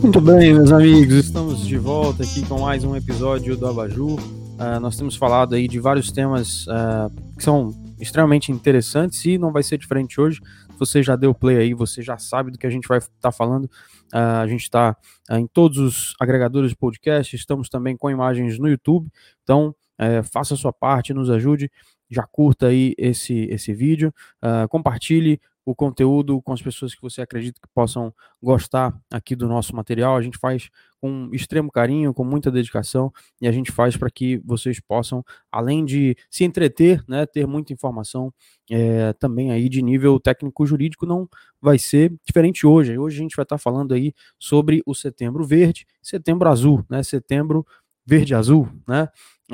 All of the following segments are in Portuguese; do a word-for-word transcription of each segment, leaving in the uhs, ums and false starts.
Muito bem, meus amigos, estamos de volta aqui com mais um episódio do Abajur. Uh, nós temos falado aí de vários temas uh, que são extremamente interessantes e não vai ser diferente hoje. Se você já deu play aí, você já sabe do que a gente vai estar tá falando. Uh, a gente está uh, em todos os agregadores de podcast, estamos também com imagens no YouTube, então uh, faça a sua parte, nos ajude, já curta aí esse, esse vídeo, uh, compartilhe o conteúdo com as pessoas que você acredita que possam gostar aqui do nosso material. A gente faz com extremo carinho, com muita dedicação, e a gente faz para que vocês possam, além de se entreter, né, ter muita informação é, também aí de nível técnico-jurídico. Não vai ser diferente hoje. Hoje a gente vai estar falando aí sobre o Setembro Verde, Setembro Azul, né, Setembro Verde-Azul, né?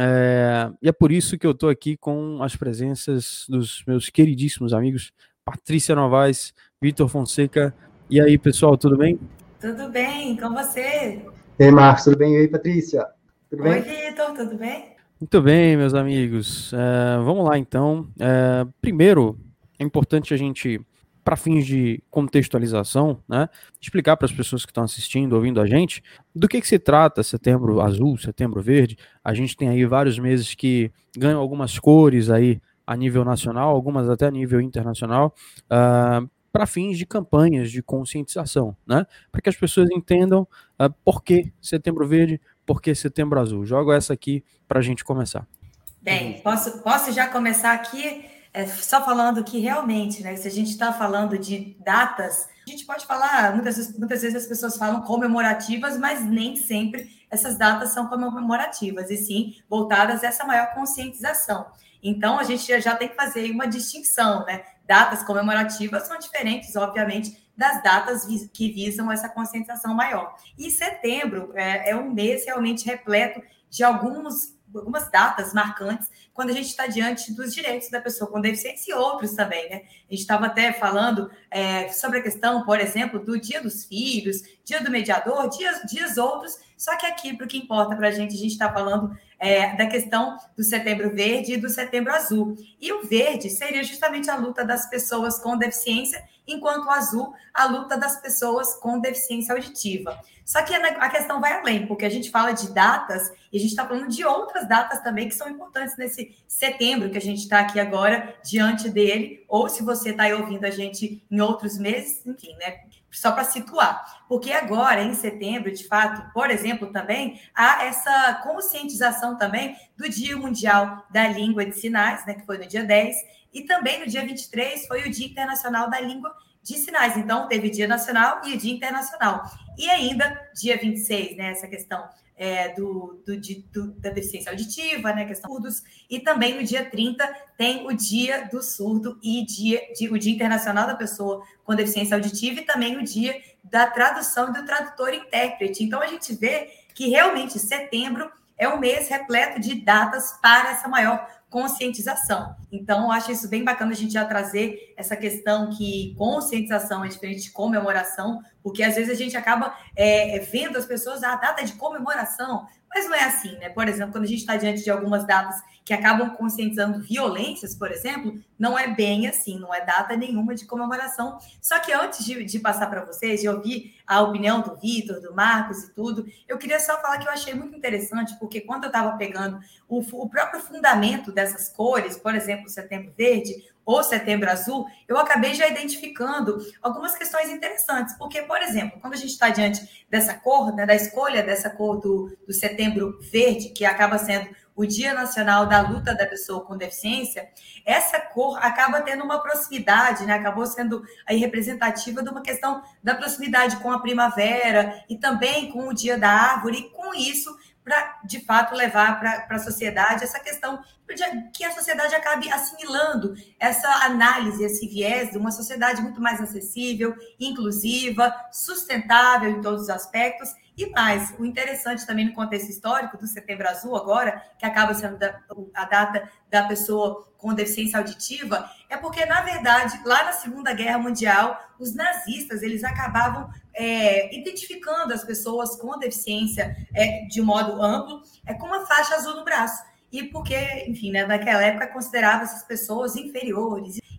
É, e é por isso que eu estou aqui com as presenças dos meus queridíssimos amigos Patrícia Novaes, Vitor Fonseca. E aí, pessoal, tudo bem? Tudo bem, com você? E aí, Marcos, tudo bem? E aí, Patrícia? Tudo Oi, bem? Vitor, tudo bem? Muito bem, meus amigos. É, vamos lá, então. É, primeiro, é importante a gente, para fins de contextualização, né, explicar para as pessoas que estão assistindo, ouvindo a gente, do que, que se trata Setembro Azul, Setembro Verde. A gente tem aí vários meses que ganham algumas cores aí a nível nacional, algumas até a nível internacional, uh, para fins de campanhas de conscientização, né? Para que as pessoas entendam uh, por que Setembro Verde, por que Setembro Azul. Jogo essa aqui para a gente começar. Bem, posso, posso já começar aqui é, só falando que realmente, né, se a gente está falando de datas, a gente pode falar, muitas, muitas vezes as pessoas falam comemorativas, mas nem sempre essas datas são comemorativas, e sim voltadas a essa maior conscientização. Então, a gente já tem que fazer uma distinção, né? Datas comemorativas são diferentes, obviamente, das datas que visam essa conscientização maior. E setembro é, é um mês realmente repleto de alguns, algumas datas marcantes quando a gente está diante dos direitos da pessoa com deficiência e outros também, né? A gente estava até falando é, sobre a questão, por exemplo, do Dia dos Filhos, Dia do Mediador, dias, dias outros, só que aqui, para o que importa para a gente, a gente está falando é, da questão do Setembro Verde e do Setembro Azul. E o verde seria justamente a luta das pessoas com deficiência, enquanto o azul, a luta das pessoas com deficiência auditiva. Só que a questão vai além, porque a gente fala de datas e a gente está falando de outras datas também que são importantes nesse setembro que a gente está aqui agora diante dele, ou se você está aí ouvindo a gente em outros meses, enfim, né? Só para situar. Porque agora, em setembro, de fato, por exemplo, também há essa conscientização também do Dia Mundial da Língua de Sinais, né, que foi no dia dez, e também no dia vinte e três foi o Dia Internacional da Língua de Sinais. Então, teve Dia Nacional e o Dia Internacional. E ainda, dia vinte e seis, né, essa questão é, do, do, do, da deficiência auditiva, né, questão dos surdos. E também no dia trinta tem o Dia do Surdo e dia, o Dia Internacional da Pessoa com Deficiência Auditiva e também o Dia da Tradução e do Tradutor e Intérprete. Então, a gente vê que realmente setembro é um mês repleto de datas para essa maior conscientização. Então, eu acho isso bem bacana a gente já trazer essa questão que conscientização é diferente de comemoração, porque às vezes a gente acaba é, vendo as pessoas a data de comemoração, mas não é assim, né? Por exemplo, quando a gente está diante de algumas datas que acabam conscientizando violências, por exemplo, não é bem assim, não é data nenhuma de comemoração. Só que antes de, de passar para vocês, de ouvir a opinião do Vitor, do Marcos e tudo, eu queria só falar que eu achei muito interessante, porque quando eu estava pegando o, o próprio fundamento dessas cores, por exemplo, Setembro Verde ou Setembro Azul, eu acabei já identificando algumas questões interessantes, porque, por exemplo, quando a gente está diante dessa cor, né, da escolha dessa cor do, do Setembro Verde, que acaba sendo o Dia Nacional da Luta da Pessoa com Deficiência, essa cor acaba tendo uma proximidade, né? Acabou sendo aí representativa de uma questão da proximidade com a primavera e também com o Dia da Árvore, e com isso, para, de fato, levar para a sociedade essa questão de que a sociedade acabe assimilando essa análise, esse viés de uma sociedade muito mais acessível, inclusiva, sustentável em todos os aspectos. E mais, o interessante também no contexto histórico do Setembro Azul agora, que acaba sendo a data da pessoa com deficiência auditiva, é porque, na verdade, lá na Segunda Guerra Mundial, os nazistas eles acabavam é, identificando as pessoas com deficiência é, de modo amplo é, com uma faixa azul no braço. E porque, enfim, né, naquela época considerava essas pessoas inferiores.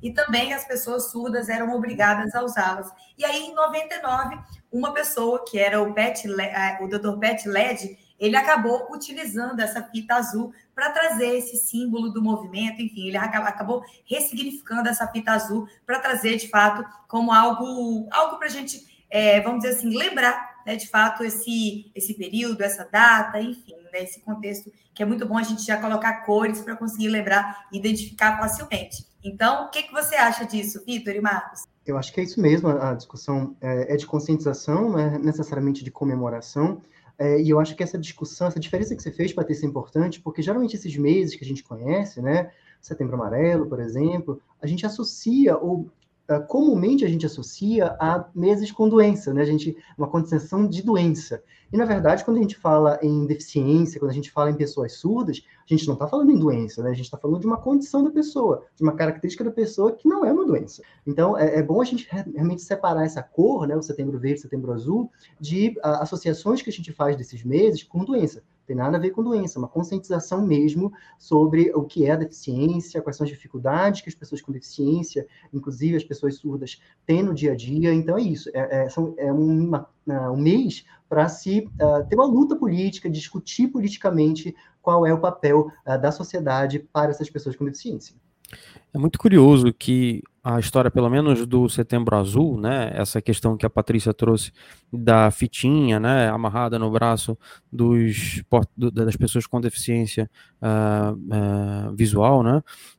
e também as pessoas surdas eram obrigadas a usá-las. E aí, em noventa e nove, uma pessoa, que era o, Pat, o doutor Pat Led, ele acabou utilizando essa fita azul para trazer esse símbolo do movimento, enfim, ele acabou ressignificando essa fita azul para trazer, de fato, como algo, algo para a gente, é, vamos dizer assim, lembrar, né, de fato, esse, esse período, essa data, enfim, né, esse contexto, que é muito bom a gente já colocar cores para conseguir lembrar e identificar facilmente. Então, o que, que você acha disso, Vitor e Marcos? Eu acho que é isso mesmo, a discussão é de conscientização, não é necessariamente de comemoração. É, e eu acho que essa discussão, essa diferença que você fez, Patrícia, é importante, porque geralmente esses meses que a gente conhece, né, Setembro Amarelo, por exemplo, a gente associa, ou uh, comumente a gente associa a meses com doença, né, a gente, uma condição de doença. E, na verdade, quando a gente fala em deficiência, quando a gente fala em pessoas surdas, a gente não está falando em doença, né? A gente está falando de uma condição da pessoa, de uma característica da pessoa que não é uma doença. Então, é, é bom a gente realmente separar essa cor, né, o setembro verde, setembro azul, de a, associações que a gente faz desses meses com doença. Não tem nada a ver com doença, uma conscientização mesmo sobre o que é a deficiência, quais são as dificuldades que as pessoas com deficiência, inclusive as pessoas surdas, têm no dia a dia. Então, é isso. É, é, são, é uma, um mês para se uh, ter uma luta política, discutir politicamente qual é o papel uh, da sociedade para essas pessoas com deficiência. É muito curioso que a história, pelo menos do Setembro Azul, né, essa questão que a Patrícia trouxe da fitinha, né, amarrada no braço dos, das pessoas com deficiência uh, uh, visual, né,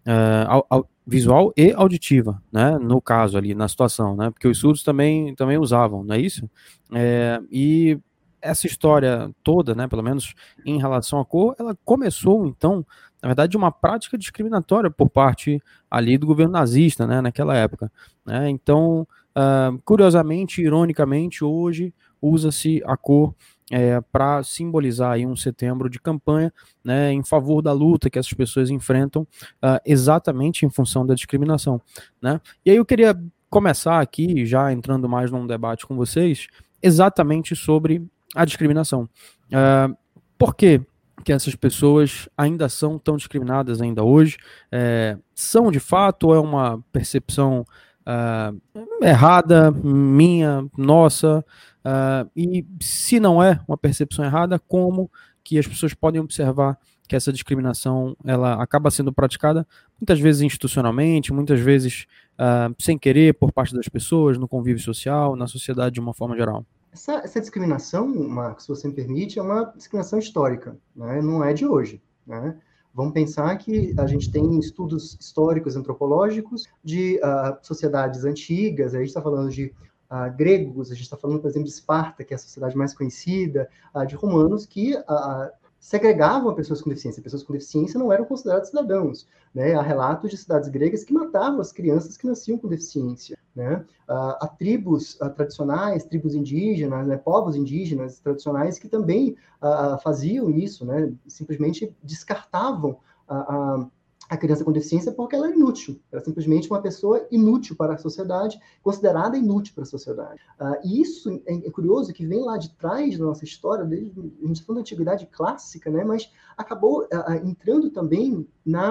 uh, au, visual e auditiva, né, no caso ali, na situação, né, porque os surdos também, também usavam, não é isso? É, e essa história toda, né, pelo menos em relação à cor, ela começou, então, na verdade, de uma prática discriminatória por parte ali do governo nazista, né, naquela época, né? Então, uh, curiosamente, ironicamente, hoje usa-se a cor é, para simbolizar aí um setembro de campanha, né, em favor da luta que essas pessoas enfrentam, uh, exatamente em função da discriminação, né? E aí eu queria começar aqui, já entrando mais num debate com vocês, exatamente sobre a discriminação. Uh, por quê que essas pessoas ainda são tão discriminadas ainda hoje? É, são de fato ou é uma percepção uh, errada, minha, nossa? Uh, e se não é uma percepção errada, como que as pessoas podem observar que essa discriminação ela acaba sendo praticada muitas vezes institucionalmente, muitas vezes uh, sem querer por parte das pessoas, no convívio social, na sociedade de uma forma geral? Essa, essa discriminação, Marcos, se você me permite, é uma discriminação histórica, né? Não é de hoje, né? Vamos pensar que a gente tem estudos históricos, antropológicos, de uh, sociedades antigas, a gente está falando de uh, gregos, a gente está falando, por exemplo, de Esparta, que é a sociedade mais conhecida, uh, de romanos, que uh, segregavam pessoas com deficiência. Pessoas com deficiência não eram consideradas cidadãos, né? Há relatos de cidades gregas que matavam as crianças que nasciam com deficiência, né? Uh, há tribos uh, tradicionais, tribos indígenas, né? Povos indígenas tradicionais que também uh, faziam isso, né? Simplesmente descartavam a uh, a criança com deficiência porque ela é inútil. Ela é simplesmente uma pessoa inútil para a sociedade, considerada inútil para a sociedade. Uh, e isso é, é curioso que vem lá de trás da nossa história, desde a gente falando da antiguidade clássica, né? Mas acabou uh, entrando também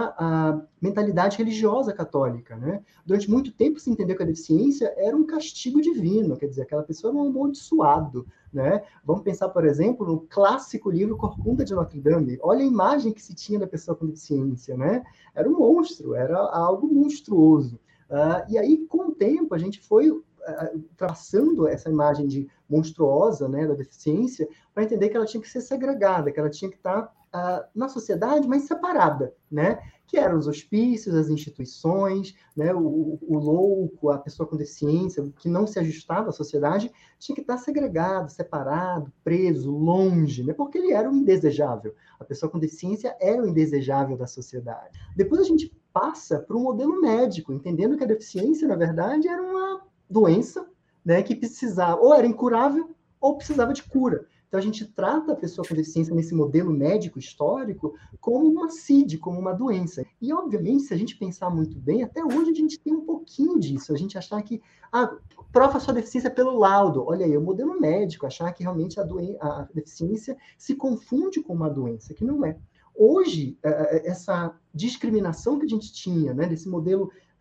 na uh, mentalidade religiosa católica, né? Durante muito tempo se entendeu que a deficiência era um castigo divino, quer dizer, aquela pessoa era um amaldiçoado, né? Vamos pensar, por exemplo, no clássico livro Corcunda de Notre Dame. Olha a imagem que se tinha da pessoa com deficiência, né? Era um monstro, era algo monstruoso. Uh, e aí, com o tempo, a gente foi uh, traçando essa imagem de monstruosa, né, da deficiência, para entender que ela tinha que ser segregada, que ela tinha que estar uh, na sociedade, mas separada, né? Que eram os hospícios, as instituições, né? o, o louco, a pessoa com deficiência, que não se ajustava à sociedade, tinha que estar segregado, separado, preso, longe, né? Porque ele era o indesejável. A pessoa com deficiência era o indesejável da sociedade. Depois a gente passa para o modelo médico, entendendo que a deficiência, na verdade, era uma doença, né? Que precisava, ou era incurável, ou precisava de cura. Então, a gente trata a pessoa com deficiência nesse modelo médico histórico como uma C I D, como uma doença. E, obviamente, se a gente pensar muito bem, até hoje a gente tem um pouquinho disso. A gente achar que, ah, prova a sua deficiência pelo laudo. Olha aí, o modelo médico, achar que realmente a, doen- a deficiência se confunde com uma doença, que não é. Hoje, essa discriminação que a gente tinha, né, desse modelo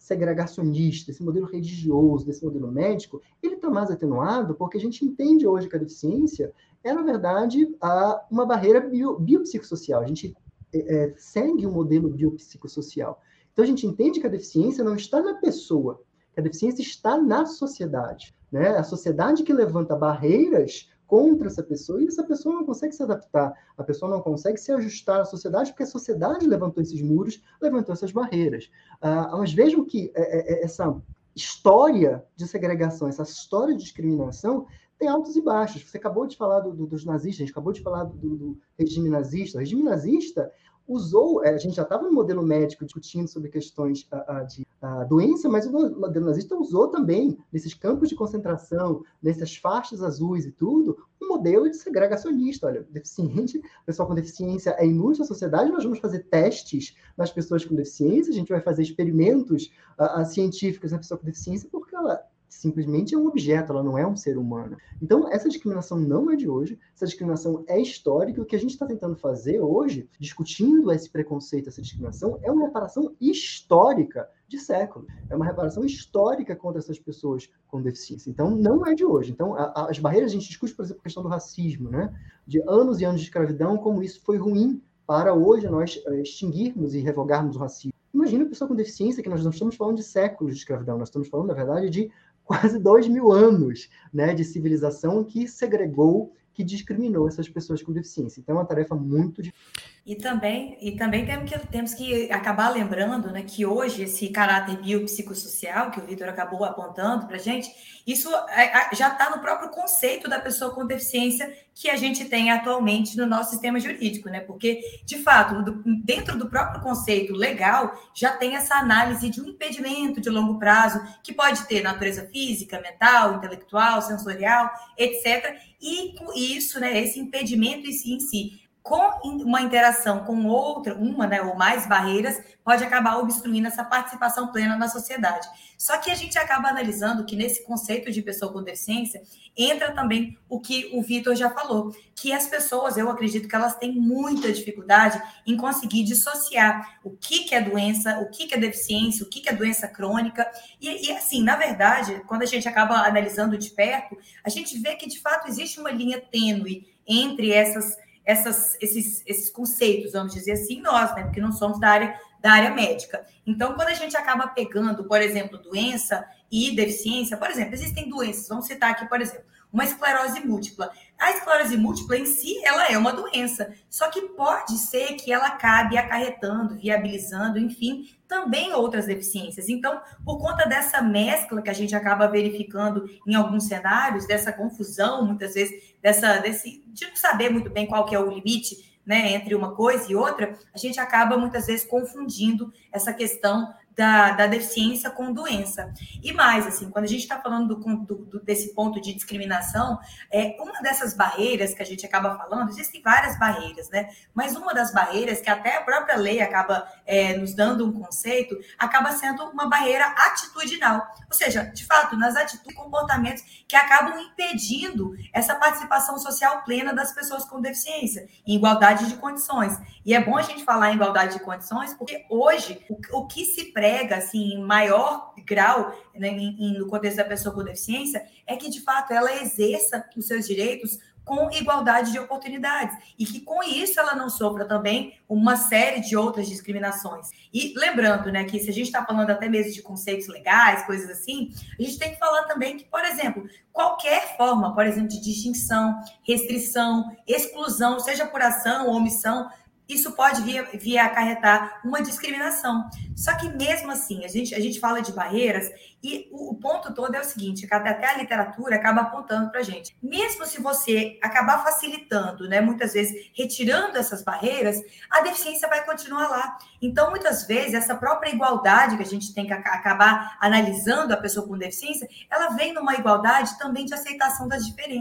segregacionista, esse modelo religioso, desse modelo médico, ele está mais atenuado porque a gente entende hoje que a deficiência é, na verdade, uma barreira bio, biopsicossocial. A gente é, segue um modelo biopsicossocial. Então, a gente entende que a deficiência não está na pessoa, que a deficiência está na sociedade, né? A sociedade que levanta barreiras contra essa pessoa, e essa pessoa não consegue se adaptar, a pessoa não consegue se ajustar à sociedade, porque a sociedade levantou esses muros, levantou essas barreiras. Ah, mas vejam que é, é, essa história de segregação, essa história de discriminação, tem altos e baixos. Você acabou de falar do, do, dos nazistas, a gente acabou de falar do, do regime nazista. O regime nazista usou, a gente já estava no modelo médico discutindo sobre questões uh, de uh, doença, mas o modelo nazista usou também, nesses campos de concentração, nessas faixas azuis e tudo, um modelo de segregacionista. Olha, deficiente, pessoal com deficiência é inútil à sociedade, nós vamos fazer testes nas pessoas com deficiência, a gente vai fazer experimentos uh, científicos na pessoa com deficiência, porque ela simplesmente é um objeto, ela não é um ser humano. Então, essa discriminação não é de hoje, essa discriminação é histórica. O que a gente está tentando fazer hoje, discutindo esse preconceito, essa discriminação, é uma reparação histórica de séculos. É uma reparação histórica contra essas pessoas com deficiência. Então, não é de hoje. Então, a, a, as barreiras, a gente discute, por exemplo, a questão do racismo, né? De anos e anos de escravidão, como isso foi ruim para hoje nós uh, extinguirmos e revogarmos o racismo. Imagina a pessoa com deficiência, que nós não estamos falando de séculos de escravidão, nós estamos falando, na verdade, de quase dois mil anos, né, de civilização que segregou, que discriminou essas pessoas com deficiência. Então, é uma tarefa muito difícil. E também, e também temos, que, temos que acabar lembrando, né, que hoje esse caráter biopsicossocial, que o Vitor acabou apontando para a gente, isso já está no próprio conceito da pessoa com deficiência que a gente tem atualmente no nosso sistema jurídico, né? Porque, de fato, do, dentro do próprio conceito legal, já tem essa análise de um impedimento de longo prazo, que pode ter natureza física, mental, intelectual, sensorial, etcétera. E com isso, né, esse impedimento em si, com uma interação com outra, uma, né, ou mais barreiras, pode acabar obstruindo essa participação plena na sociedade. Só que a gente acaba analisando que nesse conceito de pessoa com deficiência entra também o que o Vitor já falou, que as pessoas, eu acredito que elas têm muita dificuldade em conseguir dissociar o que, que é doença, o que, que é deficiência, o que, que é doença crônica. E, e assim, na verdade, quando a gente acaba analisando de perto, a gente vê que de fato existe uma linha tênue entre essas Essas, esses, esses conceitos, vamos dizer assim, nós, né? Porque não somos da área, da área médica. Então, quando a gente acaba pegando, por exemplo, doença e deficiência, por exemplo, existem doenças, vamos citar aqui, por exemplo, uma esclerose múltipla. A esclerose múltipla em si, ela é uma doença, só que pode ser que ela acabe acarretando, viabilizando, enfim, também outras deficiências. Então, por conta dessa mescla que a gente acaba verificando em alguns cenários, dessa confusão, muitas vezes, dessa, desse, de não saber muito bem qual que é o limite, né, entre uma coisa e outra, a gente acaba muitas vezes confundindo essa questão Da, da deficiência com doença. E mais, assim, quando a gente está falando do, do, desse ponto de discriminação, é, uma dessas barreiras que a gente acaba falando, existem várias barreiras, né? Mas uma das barreiras, que até a própria lei acaba é, nos dando um conceito, acaba sendo uma barreira atitudinal. Ou seja, de fato, nas atitudes e comportamentos que acabam impedindo essa participação social plena das pessoas com deficiência, em igualdade de condições. E é bom a gente falar em igualdade de condições, porque hoje, o, o que se prega, assim, em maior grau, né, em, em, no contexto da pessoa com deficiência, é que, de fato, ela exerça os seus direitos com igualdade de oportunidades e que, com isso, ela não sofra também uma série de outras discriminações. E lembrando, né, que se a gente está falando até mesmo de conceitos legais, coisas assim, a gente tem que falar também que, por exemplo, qualquer forma, por exemplo, de distinção, restrição, exclusão, seja por ação ou omissão, isso pode vir, vir a acarretar uma discriminação. Só que mesmo assim, a gente, a gente fala de barreiras e o, o ponto todo é o seguinte, que até a literatura acaba apontando para a gente. Mesmo se você acabar facilitando, né, muitas vezes retirando essas barreiras, a deficiência vai continuar lá. Então, muitas vezes, essa própria igualdade que a gente tem que acabar analisando a pessoa com deficiência, ela vem numa igualdade também de aceitação das diferenças.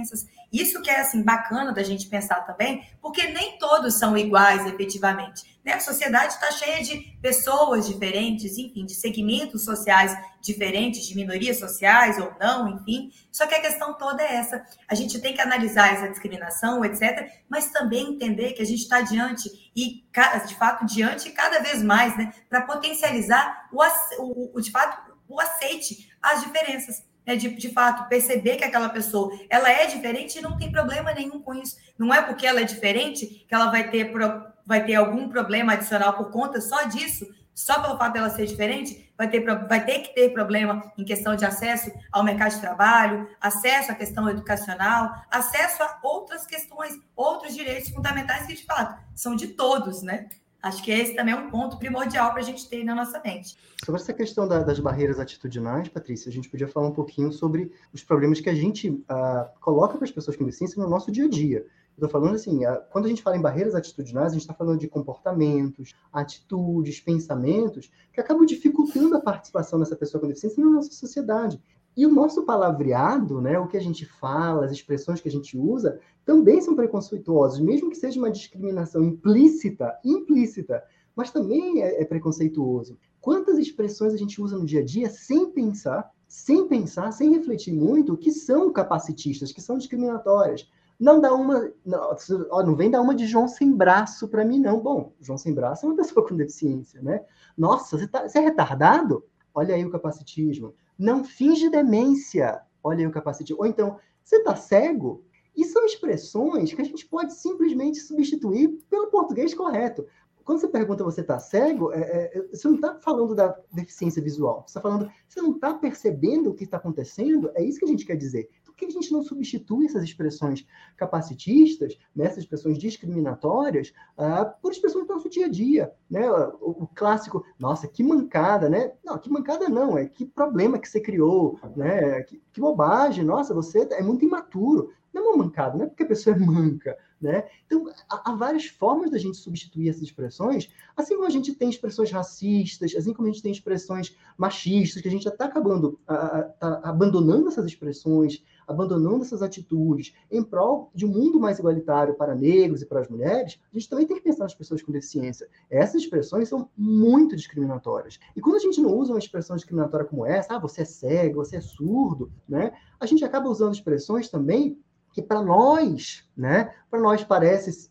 Isso que é, assim, bacana da gente pensar também, porque nem todos são iguais, efetivamente, né? A sociedade está cheia de pessoas diferentes, enfim, de segmentos sociais diferentes, de minorias sociais ou não, enfim. Só que a questão toda é essa. A gente tem que analisar essa discriminação, etcétera, mas também entender que a gente está diante, e de fato diante cada vez mais, né, para potencializar o, o, o, de fato, o aceite às diferenças. Né, de, de fato, perceber que aquela pessoa ela é diferente e não tem problema nenhum com isso. Não é porque ela é diferente que ela vai ter, pro, vai ter algum problema adicional por conta só disso, só pelo fato dela ser diferente, vai ter, vai ter que ter problema em questão de acesso ao mercado de trabalho, acesso à questão educacional, acesso a outras questões, outros direitos fundamentais que, de fato, são de todos, né? Acho que esse também é um ponto primordial para a gente ter na nossa mente. Sobre essa questão da, das barreiras atitudinais, Patrícia, a gente podia falar um pouquinho sobre os problemas que a gente uh, coloca para as pessoas com deficiência no nosso dia a dia. Estou falando assim, uh, quando a gente fala em barreiras atitudinais, a gente está falando de comportamentos, atitudes, pensamentos, que acabam dificultando a participação dessa pessoa com deficiência na nossa sociedade. E o nosso palavreado, né, o que a gente fala, as expressões que a gente usa, também são preconceituosos, mesmo que seja uma discriminação implícita, implícita, mas também é, é preconceituoso. Quantas expressões a gente usa no dia a dia sem pensar, sem pensar, sem refletir muito, que são capacitistas, que são discriminatórias. Não dá uma, não, não vem dar uma de João sem braço para mim, não. Bom, João sem braço é uma pessoa com deficiência, né? Nossa, você, tá, você é retardado? Olha aí o capacitismo. Não finge demência. Olha aí o capacitismo. Ou então, você está cego? E são expressões que a gente pode simplesmente substituir pelo português correto. Quando você pergunta você está cego, é, é, você não está falando da deficiência visual. Você está falando, você não está percebendo o que está acontecendo? É isso que a gente quer dizer. Então, por que a gente não substitui essas expressões capacitistas, né, essas expressões discriminatórias, ah, por expressões do nosso dia a dia? Né? O, o clássico, nossa, que mancada, né? Não, que mancada não, é que problema que você criou, né? Que, que bobagem, nossa, você é muito imaturo. Não é uma mancada, não é porque a pessoa é manca, né? Então, há, há várias formas da gente substituir essas expressões, assim como a gente tem expressões racistas, assim como a gente tem expressões machistas, que a gente já está acabando, a, a, tá abandonando essas expressões, abandonando essas atitudes, em prol de um mundo mais igualitário para negros e para as mulheres. A gente também tem que pensar nas pessoas com deficiência. Essas expressões são muito discriminatórias. E quando a gente não usa uma expressão discriminatória como essa, ah, você é cego, você é surdo, né? A gente acaba usando expressões também que para nós, né, para nós parece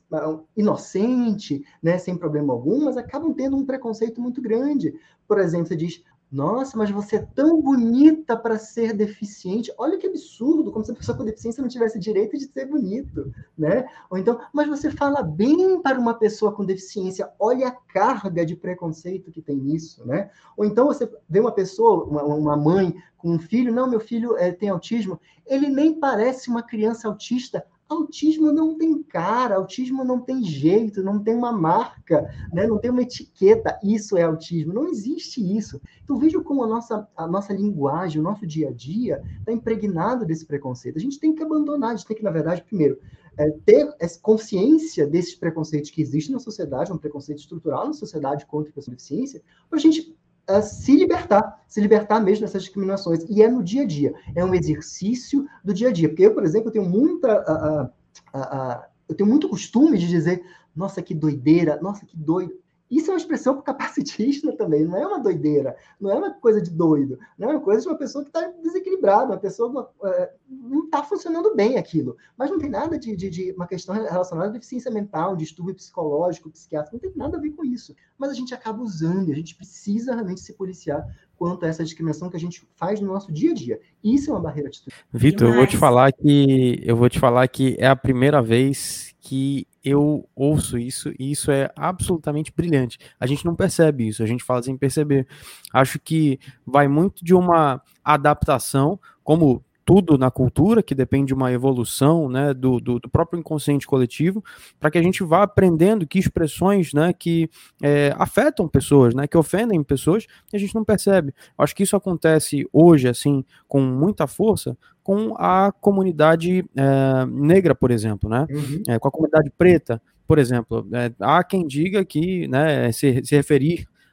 inocente, né, sem problema algum, mas acabam tendo um preconceito muito grande. Por exemplo, você diz, nossa, mas você é tão bonita para ser deficiente. Olha que absurdo, como se a pessoa com deficiência não tivesse direito de ser bonito, né? Ou então, mas você fala bem para uma pessoa com deficiência. Olha a carga de preconceito que tem nisso, né? Ou então você vê uma pessoa, uma, uma mãe com um filho, não, meu filho é, tem autismo, ele nem parece uma criança autista. Autismo não tem cara, autismo não tem jeito, não tem uma marca, né? Não tem uma etiqueta, isso é autismo, não existe isso. Então veja como a nossa, a nossa linguagem, o nosso dia a dia está impregnado desse preconceito. A gente tem que abandonar, a gente tem que, na verdade, primeiro, é, ter essa consciência desses preconceitos que existem na sociedade, um preconceito estrutural na sociedade contra a pessoa com deficiência, para a gente Uh, se libertar, se libertar mesmo dessas discriminações. E é no dia a dia, é um exercício do dia a dia. Porque eu, por exemplo, eu tenho muita, uh, uh, uh, uh, eu tenho muito costume de dizer, nossa, que doideira, nossa, que doido. Isso é uma expressão para capacitista também, não é uma doideira, não é uma coisa de doido, não é uma coisa de uma pessoa que está desequilibrada, uma pessoa uma, uh, não está funcionando bem aquilo. Mas não tem nada de, de, de uma questão relacionada à deficiência mental, distúrbio psicológico, psiquiátrico, não tem nada a ver com isso. Mas a gente acaba usando, e a gente precisa realmente se policiar quanto a essa discriminação que a gente faz no nosso dia a dia. Isso é uma barreira atitude. Vitor, eu vou te falar que eu vou te falar que é a primeira vez que eu ouço isso, e isso é absolutamente brilhante. A gente não percebe isso, a gente fala sem perceber. Acho que vai muito de uma adaptação, como tudo na cultura, que depende de uma evolução, né, do, do, do próprio inconsciente coletivo, para que a gente vá aprendendo que expressões, né, que é, afetam pessoas, né, que ofendem pessoas, e a gente não percebe. Acho que isso acontece hoje, assim, com muita força, com a comunidade é, negra, por exemplo, né, uhum. é, com a comunidade preta, por exemplo. É, há quem diga que, né, se, se referir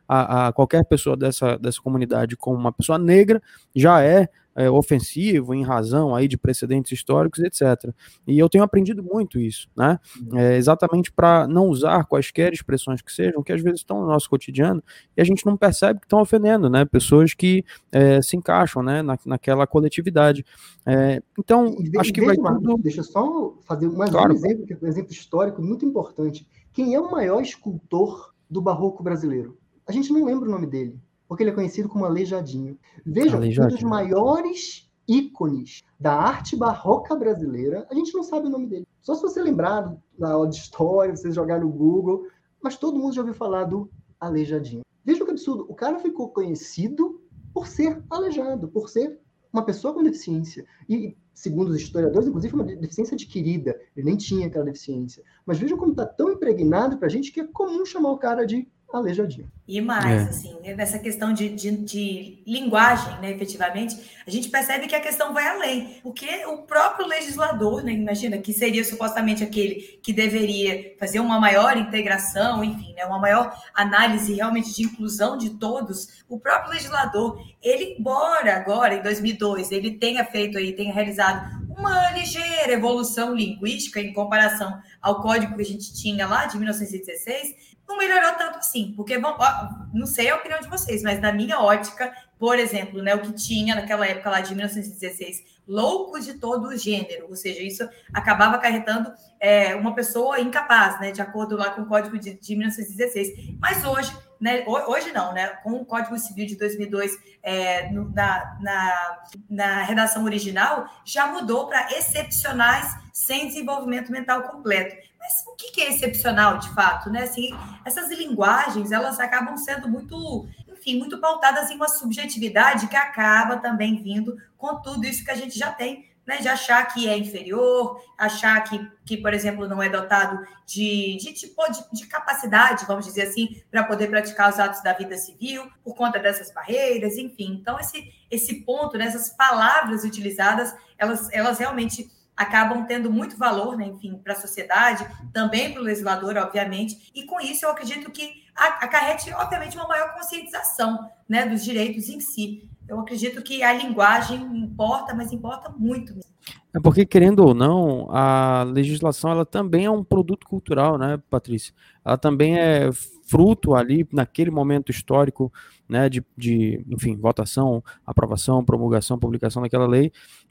a, a qualquer pessoa dessa, dessa comunidade como uma pessoa negra já é, é ofensivo em razão aí de precedentes históricos, etcétera. E eu tenho aprendido muito isso, né? É, exatamente para não usar quaisquer expressões que sejam, que às vezes estão no nosso cotidiano e a gente não percebe que estão ofendendo, né? Pessoas que é, se encaixam, né? Na, naquela coletividade. É, então, E, acho que vai tudo... Deixa eu só fazer mais claro, um exemplo, que é um exemplo histórico muito importante. Quem é o maior escultor do barroco brasileiro? A gente não lembra o nome dele, porque ele é conhecido como Aleijadinho. Vejam, Aleijadinho. um dos maiores ícones da arte barroca brasileira, a gente não sabe o nome dele. Só se você lembrar na aula de história, você jogar no Google, mas todo mundo já ouviu falar do Aleijadinho. Veja que absurdo, o cara ficou conhecido por ser aleijado, por ser uma pessoa com deficiência. E, segundo os historiadores, inclusive, foi uma deficiência adquirida. Ele nem tinha aquela deficiência. Mas vejam como está tão impregnado para a gente que é comum chamar o cara de Aleijadinho. E mais, é. assim, nessa questão de, de, de linguagem, né, efetivamente, a gente percebe que a questão vai além, porque o próprio legislador, né, imagina, que seria supostamente aquele que deveria fazer uma maior integração, enfim, né, uma maior análise realmente de inclusão de todos, o próprio legislador, ele, embora agora, em dois mil e dois, ele tenha feito aí, tenha realizado uma ligeira evolução linguística em comparação ao código que a gente tinha lá de mil novecentos e dezesseis, não melhorou tanto assim, porque, ó, não sei a opinião de vocês, mas na minha ótica, por exemplo, né, o que tinha naquela época lá de mil novecentos e dezesseis, loucos de todo o gênero, ou seja, isso acabava acarretando é, uma pessoa incapaz, né, de acordo lá com o Código de, de mil novecentos e dezesseis, mas hoje, né, hoje não, né, com o Código Civil de dois mil e dois é, no, na, na, na redação original, já mudou para excepcionais sem desenvolvimento mental completo. Mas o que é excepcional, de fato, né? Assim, essas linguagens, elas acabam sendo muito, enfim, muito pautadas em uma subjetividade que acaba também vindo com tudo isso que a gente já tem, né? De achar que é inferior, achar que, que por exemplo, não é dotado de, de, de, de capacidade, vamos dizer assim, para poder praticar os atos da vida civil, por conta dessas barreiras, enfim. Então, esse, esse ponto, né? Essas palavras utilizadas, elas, elas realmente acabam tendo muito valor, né, enfim, para a sociedade, também para o legislador, obviamente, e com isso eu acredito que acarrete, obviamente, uma maior conscientização, né, dos direitos em si. Eu acredito que a linguagem importa, mas importa muito mesmo. É porque, querendo ou não, a legislação ela também é um produto cultural, né, Patrícia? Ela também é fruto ali, naquele momento histórico, né, de, de enfim, votação, aprovação, promulgação, publicação daquela lei,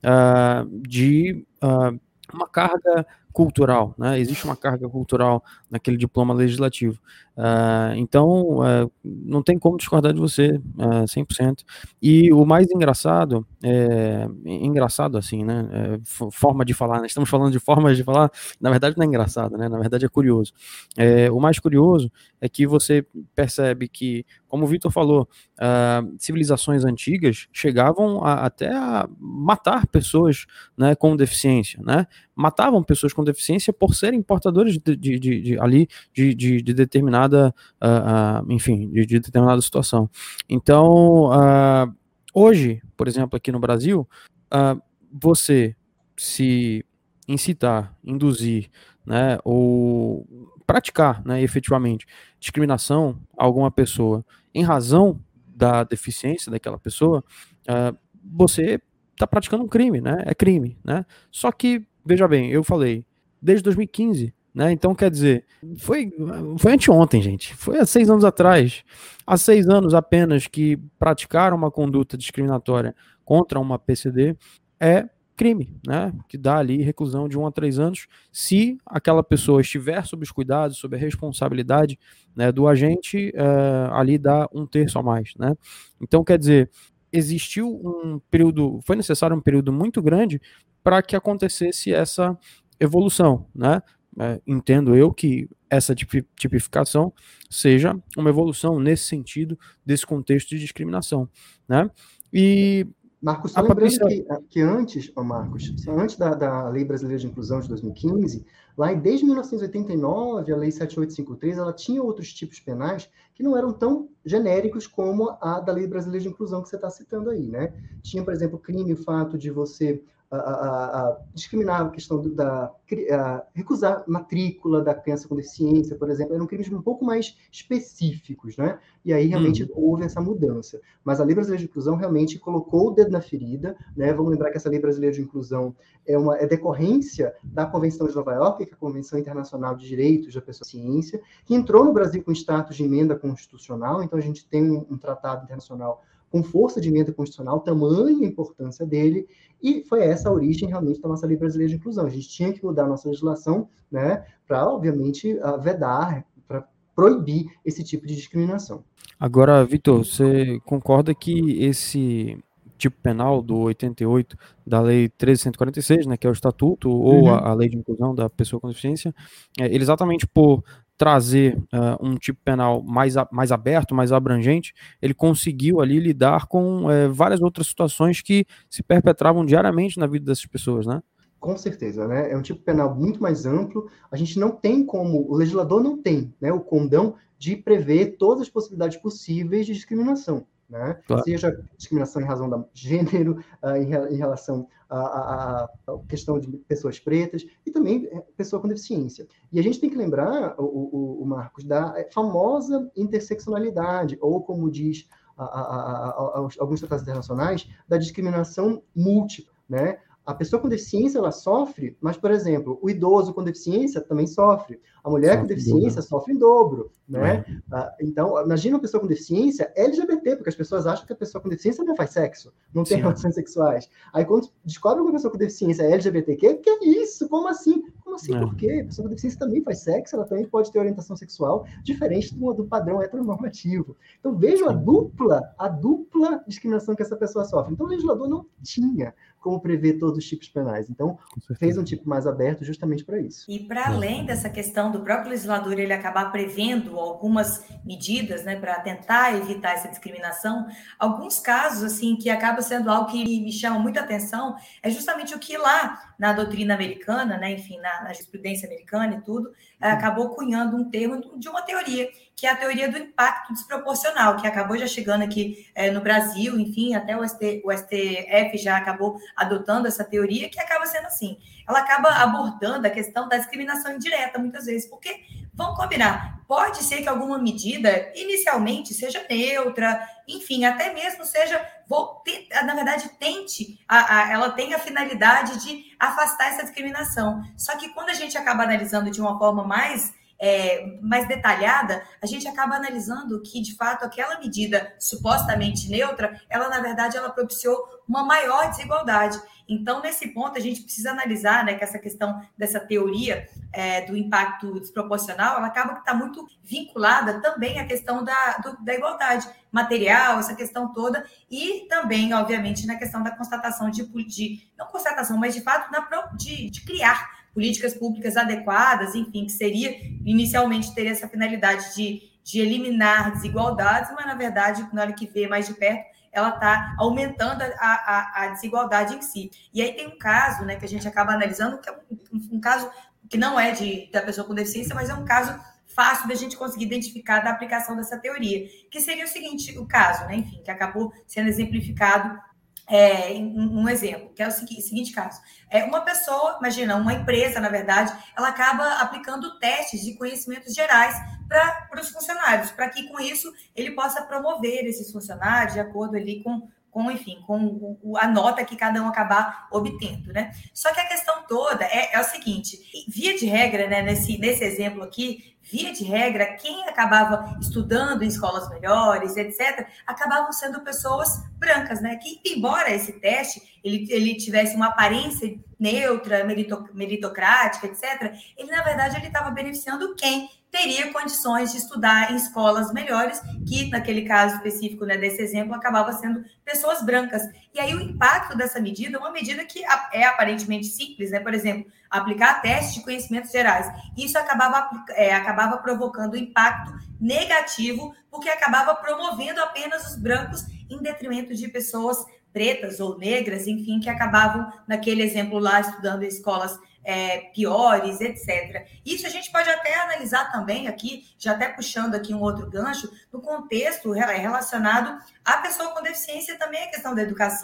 uh, de uh, uma carga cultural, né? Existe uma carga cultural naquele diploma legislativo. Uh, então, uh, não tem como discordar de você, uh, cem por cento. E o mais engraçado, é, engraçado assim, né? É, forma de falar, né? Estamos falando de formas de falar, na verdade não é engraçado, né? Na verdade é curioso. É, o mais curioso é que você percebe que, como o Vitor falou, uh, civilizações antigas chegavam a, até a matar pessoas, né, com deficiência, né? Matavam pessoas com deficiência por serem portadores de, de, de, de ali de, de, de determinada, uh, uh, enfim, de, de determinada situação. Então, uh, hoje, por exemplo, aqui no Brasil, uh, você se incitar, induzir, né, ou praticar, né, efetivamente, discriminação a alguma pessoa em razão da deficiência daquela pessoa, uh, você está praticando um crime, né? É crime, né? Só que, veja bem, eu falei, desde dois mil e quinze, né? Então, quer dizer, foi, foi anteontem, gente. Foi há seis anos atrás. Há seis anos apenas que praticaram uma conduta discriminatória contra uma P C D é crime, né? Que dá ali reclusão de um a três anos se aquela pessoa estiver sob os cuidados, sob a responsabilidade, né, do agente, uh, ali dá um terço a mais, né? Então, quer dizer, existiu um período, foi necessário um período muito grande para que acontecesse essa evolução, né? É, entendo eu que essa tipificação seja uma evolução nesse sentido, desse contexto de discriminação, né? E Marcos, só lembrando Patrícia... que, que antes, oh Marcos, antes da, da Lei Brasileira de Inclusão de dois mil e quinze, lá desde mil novecentos e oitenta e nove, a Lei sete mil oitocentos e cinquenta e três, ela tinha outros tipos penais que não eram tão genéricos como a da Lei Brasileira de Inclusão que você está citando aí, né? Tinha, por exemplo, crime, o fato de você a, a, a discriminar a questão do, da... A recusar matrícula da criança com deficiência, por exemplo, eram crimes um pouco mais específicos, né? E aí realmente uhum. houve essa mudança. Mas a Lei Brasileira de Inclusão realmente colocou o dedo na ferida, né? Vamos lembrar que essa Lei Brasileira de Inclusão é, uma, é decorrência da Convenção de Nova York, que é a Convenção Internacional de Direitos da Pessoa com Deficiência, que entrou no Brasil com status de emenda constitucional, então a gente tem um, um tratado internacional com força de emenda constitucional, tamanha a importância dele, e foi essa a origem realmente da nossa Lei Brasileira de Inclusão. A gente tinha que mudar a nossa legislação, né, para, obviamente, vedar, para proibir esse tipo de discriminação. Agora, Vitor, você concorda que esse tipo penal do oitenta e oito da Lei treze mil cento e quarenta e seis, né, que é o Estatuto, ou uhum. a, a Lei de Inclusão da Pessoa com Deficiência, é, ele exatamente por trazer uh, um tipo penal mais, a, mais aberto, mais abrangente, ele conseguiu ali lidar com uh, várias outras situações que se perpetravam diariamente na vida dessas pessoas, né? Com certeza, né? É um tipo penal muito mais amplo. A gente não tem como, o legislador não tem, né, o condão de prever todas as possibilidades possíveis de discriminação, né? Claro. Seja discriminação em razão de gênero, uh, em, em relação à questão de pessoas pretas e também pessoa com deficiência. E a gente tem que lembrar, o, o, o Marcos, da famosa interseccionalidade, ou como diz a, a, a, a, alguns tratados internacionais, da discriminação múltipla, né? A pessoa com deficiência, ela sofre, mas, por exemplo, o idoso com deficiência também sofre. A mulher sofre com deficiência sofre em dobro, né? É. Então, imagina uma pessoa com deficiência L G B T, porque as pessoas acham que a pessoa com deficiência não faz sexo, não tem Sim. relações sexuais. Aí, quando descobre que uma pessoa com deficiência é L G B T Q, que é isso? Como assim? Como assim? É. Por quê? A pessoa com deficiência também faz sexo, ela também pode ter orientação sexual diferente do, do padrão heteronormativo. Então, vejam a dupla, a dupla discriminação que essa pessoa sofre. Então, o legislador não tinha como prever todos os tipos penais. Então, fez um tipo mais aberto justamente para isso. E para além dessa questão do próprio legislador ele acabar prevendo algumas medidas, né, para tentar evitar essa discriminação, alguns casos assim que acaba sendo algo que me chama muita atenção é justamente o que lá na doutrina americana, né, enfim, na, na jurisprudência americana e tudo, acabou cunhando um termo de uma teoria, que é a teoria do impacto desproporcional, que acabou já chegando aqui é, no Brasil, enfim, até o, S T, o S T F já acabou adotando essa teoria, que acaba sendo assim. Ela acaba abordando a questão da discriminação indireta, muitas vezes, porque, vamos combinar, pode ser que alguma medida, inicialmente, seja neutra, enfim, até mesmo seja, vou, na verdade, tente, a, a, ela tem a finalidade de afastar essa discriminação. Só que quando a gente acaba analisando de uma forma mais É, mais detalhada, a gente acaba analisando que, de fato, aquela medida supostamente neutra, ela, na verdade, ela propiciou uma maior desigualdade. Então, nesse ponto, a gente precisa analisar, né, que essa questão dessa teoria é, do impacto desproporcional, ela acaba que está muito vinculada também à questão da, do, da igualdade material, essa questão toda, e também, obviamente, na questão da constatação de, de não constatação, mas, de fato, na, de, de criar políticas públicas adequadas, enfim, que seria, inicialmente, ter essa finalidade de, de eliminar desigualdades, mas, na verdade, na hora que vê mais de perto, ela está aumentando a, a, a desigualdade em si. E aí tem um caso, né, que a gente acaba analisando, que é um, um caso que não é de, da pessoa com deficiência, mas é um caso fácil da gente conseguir identificar da aplicação dessa teoria, que seria o seguinte, o caso, né, enfim, que acabou sendo exemplificado É, um exemplo, que é o seguinte, seguinte caso. É uma pessoa, imagina, uma empresa, na verdade, ela acaba aplicando testes de conhecimentos gerais para os funcionários, para que, com isso, ele possa promover esses funcionários de acordo ali com, com enfim, com o, a nota que cada um acabar obtendo, né? Só que a questão toda é, é o seguinte, via de regra, né, nesse, nesse exemplo aqui, via de regra, quem acabava estudando em escolas melhores, etcétera, acabavam sendo pessoas brancas, né? Que, embora esse teste ele, ele tivesse uma aparência neutra, merito, meritocrática, etcétera, ele, na verdade, ele estava beneficiando quem teria condições de estudar em escolas melhores, que, naquele caso específico, né, desse exemplo, acabava sendo pessoas brancas. E aí o impacto dessa medida é uma medida que é aparentemente simples, né? Por exemplo, aplicar testes de conhecimentos gerais. Isso acabava, é, acabava provocando impacto negativo, porque acabava promovendo apenas os brancos em detrimento de pessoas pretas ou negras, enfim, que acabavam, naquele exemplo lá, estudando em escolas é, piores, etcétera. Isso a gente pode até analisar também aqui, já até puxando aqui um outro gancho, no contexto relacionado à pessoa com deficiência, também a questão da educação.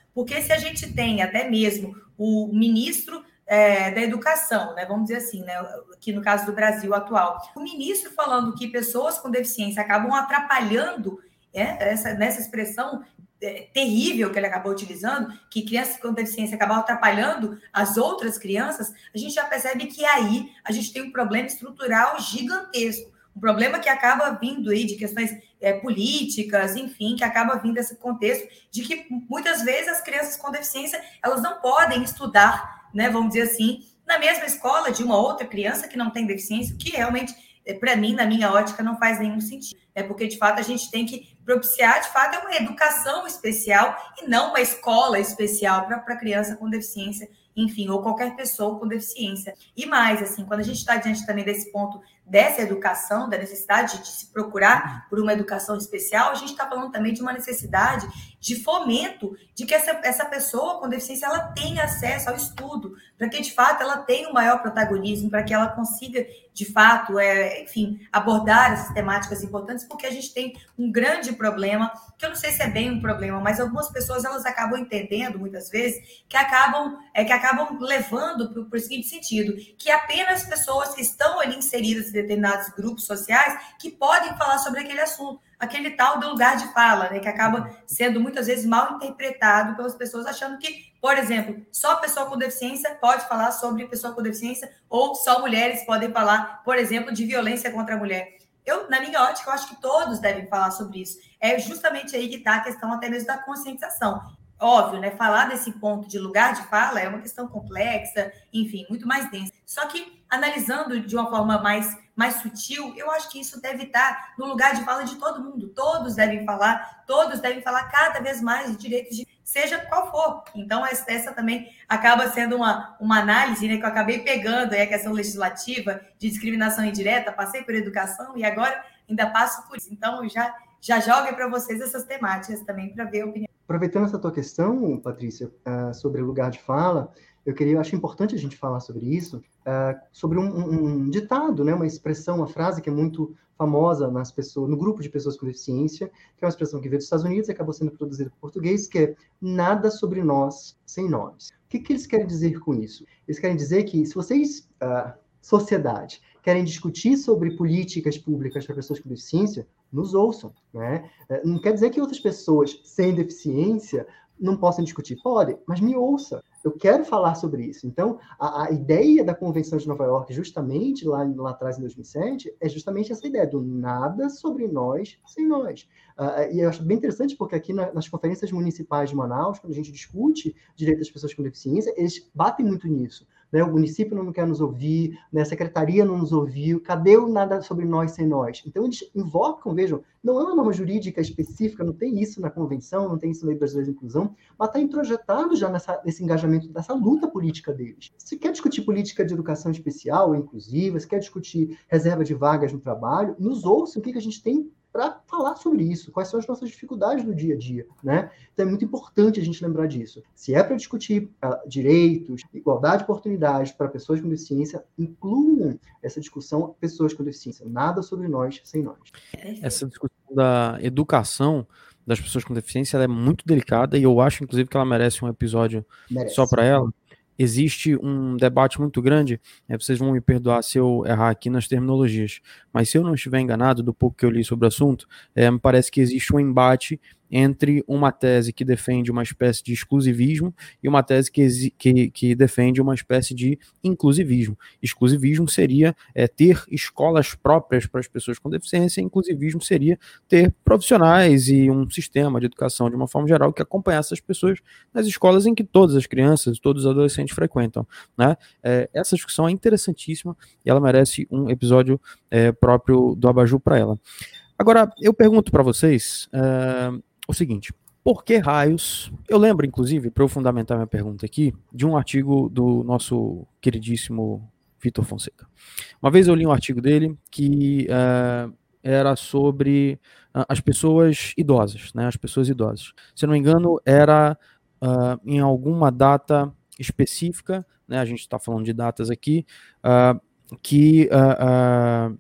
Porque se a gente tem até mesmo o ministro é, da educação, né, vamos dizer assim, né, aqui no caso do Brasil atual, o ministro falando que pessoas com deficiência acabam atrapalhando, é, essa, nessa expressão é, terrível que ele acabou utilizando, que crianças com deficiência acabam atrapalhando as outras crianças, a gente já percebe que aí a gente tem um problema estrutural gigantesco. Um problema que acaba vindo aí de questões é, políticas, enfim, que acaba vindo desse contexto de que muitas vezes as crianças com deficiência, elas não podem estudar, né, vamos dizer assim, na mesma escola de uma outra criança que não tem deficiência, o que realmente, para mim, na minha ótica, não faz nenhum sentido, né, porque, de fato, a gente tem que propiciar, de fato, é uma educação especial e não uma escola especial para criança com deficiência, enfim, ou qualquer pessoa com deficiência. E mais, assim, quando a gente está diante também desse ponto dessa educação, da necessidade de se procurar por uma educação especial, a gente está falando também de uma necessidade de fomento de que essa, essa pessoa com deficiência ela tenha acesso ao estudo, para que, de fato, ela tenha um maior protagonismo, para que ela consiga, de fato, é, enfim, abordar essas temáticas importantes, porque a gente tem um grande problema, que eu não sei se é bem um problema, mas algumas pessoas elas acabam entendendo, muitas vezes, que acabam, é, que acabam levando para o seguinte sentido, que apenas pessoas que estão ali inseridas em determinados grupos sociais que podem falar sobre aquele assunto, aquele tal do lugar de fala, né, que acaba sendo muitas vezes mal interpretado pelas pessoas, achando que, por exemplo, só pessoa com deficiência pode falar sobre pessoa com deficiência, ou só mulheres podem falar, por exemplo, de violência contra a mulher. Eu, na minha ótica, eu acho que todos devem falar sobre isso. É justamente aí que está a questão até mesmo da conscientização. Óbvio, né? Falar desse ponto de lugar de fala é uma questão complexa, enfim, muito mais densa. Só que, analisando de uma forma mais, mais sutil, eu acho que isso deve estar no lugar de fala de todo mundo. Todos devem falar, todos devem falar cada vez mais de direitos de seja qual for. Então, essa, essa também acaba sendo uma, uma análise, né, que eu acabei pegando aí a questão legislativa de discriminação indireta, passei por educação e agora ainda passo por isso. Então, já, já jogo para vocês essas temáticas também para ver a opinião. Aproveitando essa tua questão, Patrícia, uh, sobre o lugar de fala, eu queria, eu acho importante a gente falar sobre isso, uh, sobre um, um, um ditado, né, uma expressão, uma frase que é muito famosa nas pessoas, no grupo de pessoas com deficiência, que é uma expressão que veio dos Estados Unidos e acabou sendo traduzida para o português, que é nada sobre nós sem nós. O que, que eles querem dizer com isso? Eles querem dizer que se vocês, uh, sociedade, querem discutir sobre políticas públicas para pessoas com deficiência, nos ouçam, né? Não quer dizer que outras pessoas sem deficiência não possam discutir. Pode, mas me ouça. Eu quero falar sobre isso. Então, a, a ideia da Convenção de Nova York, justamente lá, lá atrás, em dois mil e sete, é justamente essa ideia do nada sobre nós sem nós. Uh, e eu acho bem interessante porque aqui na, nas conferências municipais de Manaus, quando a gente discute direito das pessoas com deficiência, eles batem muito nisso. Né? O município não quer nos ouvir, né? A secretaria não nos ouviu, cadê o nada sobre nós sem nós? Então, eles invocam, vejam, não é uma norma jurídica específica, não tem isso na Convenção, não tem isso na Lei Brasileira de Inclusão, mas está introjetado já nessa, nesse engajamento, dessa luta política deles. Se quer discutir política de educação especial, inclusiva, se quer discutir reserva de vagas no trabalho, nos ouçam o que, que a gente tem para falar sobre isso, quais são as nossas dificuldades no dia a dia, né? Então é muito importante a gente lembrar disso. Se é para discutir uh, direitos, igualdade de oportunidades para pessoas com deficiência, incluam essa discussão pessoas com deficiência. Nada sobre nós sem nós. Essa discussão da educação das pessoas com deficiência ela é muito delicada e eu acho, inclusive, que ela merece um episódio merece. Só para ela. Existe um debate muito grande, é, vocês vão me perdoar se eu errar aqui nas terminologias, mas se eu não estiver enganado do pouco que eu li sobre o assunto, é, me parece que existe um embate entre uma tese que defende uma espécie de exclusivismo e uma tese que, que, que defende uma espécie de inclusivismo. Exclusivismo seria é, ter escolas próprias para as pessoas com deficiência, inclusivismo seria ter profissionais e um sistema de educação de uma forma geral que acompanhasse essas pessoas nas escolas em que todas as crianças, todos os adolescentes frequentam. Né? É, essa discussão é interessantíssima e ela merece um episódio é, próprio do Abajur para ela. Agora, eu pergunto para vocês... Uh, o seguinte, por que raios, eu lembro inclusive, para eu fundamentar minha pergunta aqui, de um artigo do nosso queridíssimo Vitor Fonseca. Uma vez eu li um artigo dele que uh, era sobre uh, as pessoas idosas, né, as pessoas idosas. Se eu não me engano, era uh, em alguma data específica, né, a gente está falando de datas aqui, uh, que... Uh, uh,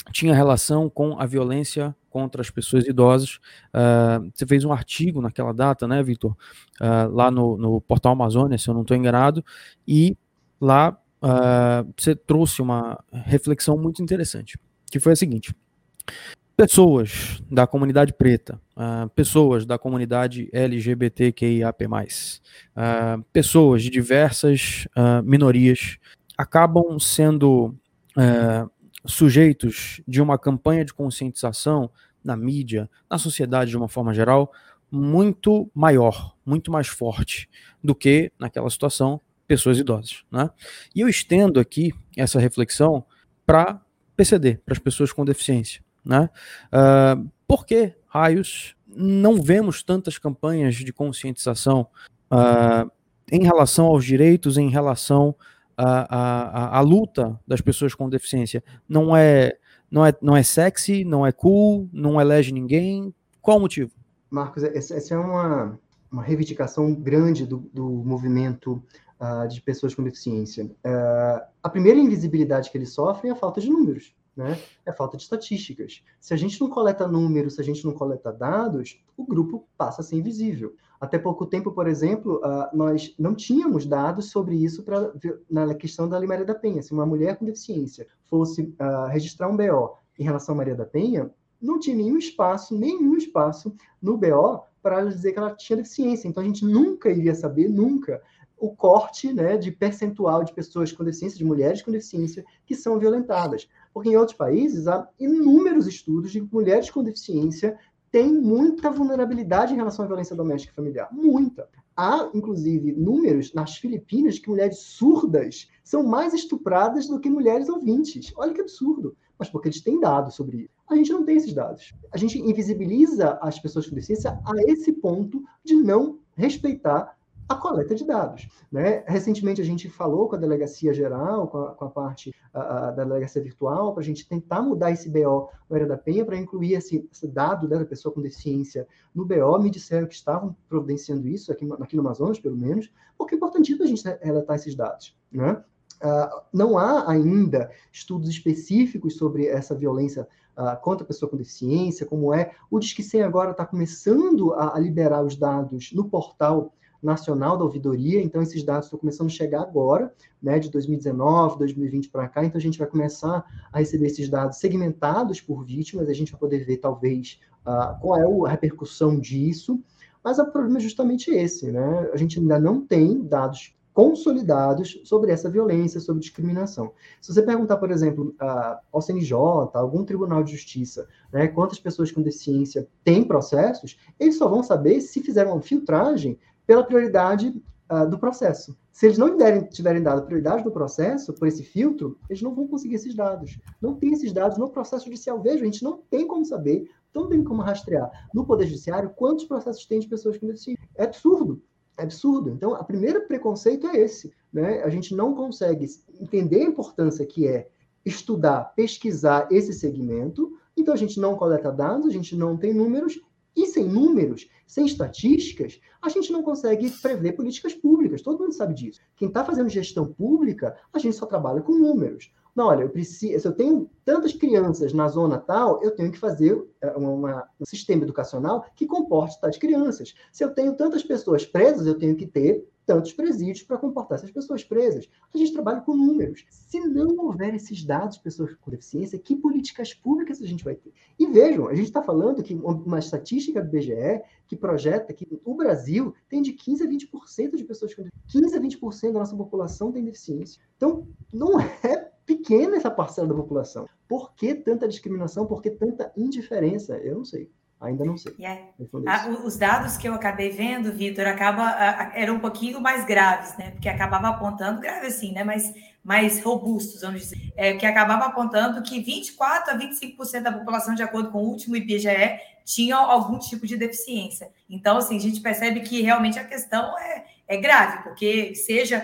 tinha relação com a violência contra as pessoas idosas. Uh, você fez um artigo naquela data, né, Vitor? Uh, lá no, no Portal Amazônia, se eu não estou enganado, e lá uh, você trouxe uma reflexão muito interessante, que foi a seguinte: pessoas da comunidade preta, uh, pessoas da comunidade L G B T Q I A P mais, uh, pessoas de diversas uh, minorias acabam sendo uh, sujeitos de uma campanha de conscientização na mídia, na sociedade de uma forma geral, muito maior, muito mais forte do que, naquela situação, pessoas idosas, né? E eu estendo aqui essa reflexão para P C D, para as pessoas com deficiência, né? Uh, por que, raios, não vemos tantas campanhas de conscientização uh, em relação aos direitos, em relação A, a, a luta das pessoas com deficiência? Não é, não, é, não é sexy, não é cool, não elege ninguém? Qual o motivo? Marcos, essa é uma, uma reivindicação grande do, do movimento uh, de pessoas com deficiência. Uh, a primeira invisibilidade que eles sofrem é a falta de números, né? É a falta de estatísticas. Se a gente não coleta números, se a gente não coleta dados, o grupo passa a ser invisível. Até pouco tempo, por exemplo, uh, nós não tínhamos dados sobre isso pra, na questão da Lei Maria da Penha. Se uma mulher com deficiência fosse uh, registrar um B O em relação à Maria da Penha, não tinha nenhum espaço, nenhum espaço no B O para dizer que ela tinha deficiência. Então, a gente nunca iria saber, nunca, o corte, né, de percentual de pessoas com deficiência, de mulheres com deficiência, que são violentadas. Porque em outros países há inúmeros estudos de que mulheres com deficiência têm muita vulnerabilidade em relação à violência doméstica e familiar. Muita. Há, inclusive, números nas Filipinas de que mulheres surdas são mais estupradas do que mulheres ouvintes. Olha que absurdo. Mas porque eles têm dados sobre isso. A gente não tem esses dados. A gente invisibiliza as pessoas com deficiência a esse ponto de não respeitar a coleta de dados, né? Recentemente a gente falou com a Delegacia Geral, com a, com a parte a, a, da Delegacia Virtual, para a gente tentar mudar esse B O no Maria da Penha, para incluir esse, esse dado, né, da pessoa com deficiência no B O. Me disseram que estavam providenciando isso, aqui, aqui no Amazonas, pelo menos, porque é importante a gente relatar esses dados, né? Uh, não há ainda estudos específicos sobre essa violência uh, contra a pessoa com deficiência, como é. O Disque cem agora está começando a, a liberar os dados no portal nacional da ouvidoria, então esses dados estão começando a chegar agora, né, de dois mil e dezenove, dois mil e vinte para cá, então a gente vai começar a receber esses dados segmentados por vítimas, a gente vai poder ver, talvez, uh, qual é a repercussão disso, mas o problema é justamente esse, né, a gente ainda não tem dados consolidados sobre essa violência, sobre discriminação. Se você perguntar, por exemplo, uh, ao C N J, algum tribunal de justiça, né, quantas pessoas com deficiência têm processos, eles só vão saber se fizeram uma filtragem pela prioridade uh, do processo. Se eles não derem, tiverem dado prioridade do processo, por esse filtro, eles não vão conseguir esses dados. Não tem esses dados no processo judicial. Veja, a gente não tem como saber, não tem como rastrear no Poder Judiciário quantos processos tem de pessoas com deficiência. É absurdo. É absurdo. Então, o primeiro preconceito é esse, né? A gente não consegue entender a importância que é estudar, pesquisar esse segmento, então a gente não coleta dados, a gente não tem números, e sem números, sem estatísticas, a gente não consegue prever políticas públicas. Todo mundo sabe disso. Quem está fazendo gestão pública, a gente só trabalha com números. Não, olha, eu preciso, se eu tenho tantas crianças na zona tal, eu tenho que fazer uma, uma, um sistema educacional que comporte tais crianças. Se eu tenho tantas pessoas presas, eu tenho que ter tantos presídios para comportar essas pessoas presas. A gente trabalha com números. Se não houver esses dados de pessoas com deficiência, que políticas públicas a gente vai ter? E vejam, a gente está falando que uma estatística do I B G E que projeta que o Brasil tem de quinze a vinte por cento de pessoas com deficiência. quinze a vinte por cento da nossa população tem deficiência. Então, não é pequena essa parcela da população. Por que tanta discriminação? Por que tanta indiferença? Eu não sei. Ainda não sei. Yeah. Ah, os dados que eu acabei vendo, Vitor, acaba, ah, eram um pouquinho mais graves, né? Porque acabava apontando, grave assim, né? Mas mais robustos, vamos dizer. É, que acabava apontando que vinte e quatro a vinte e cinco por cento da população, de acordo com o último I B G E, tinha algum tipo de deficiência. Então, assim, a gente percebe que realmente a questão é, é grave, porque seja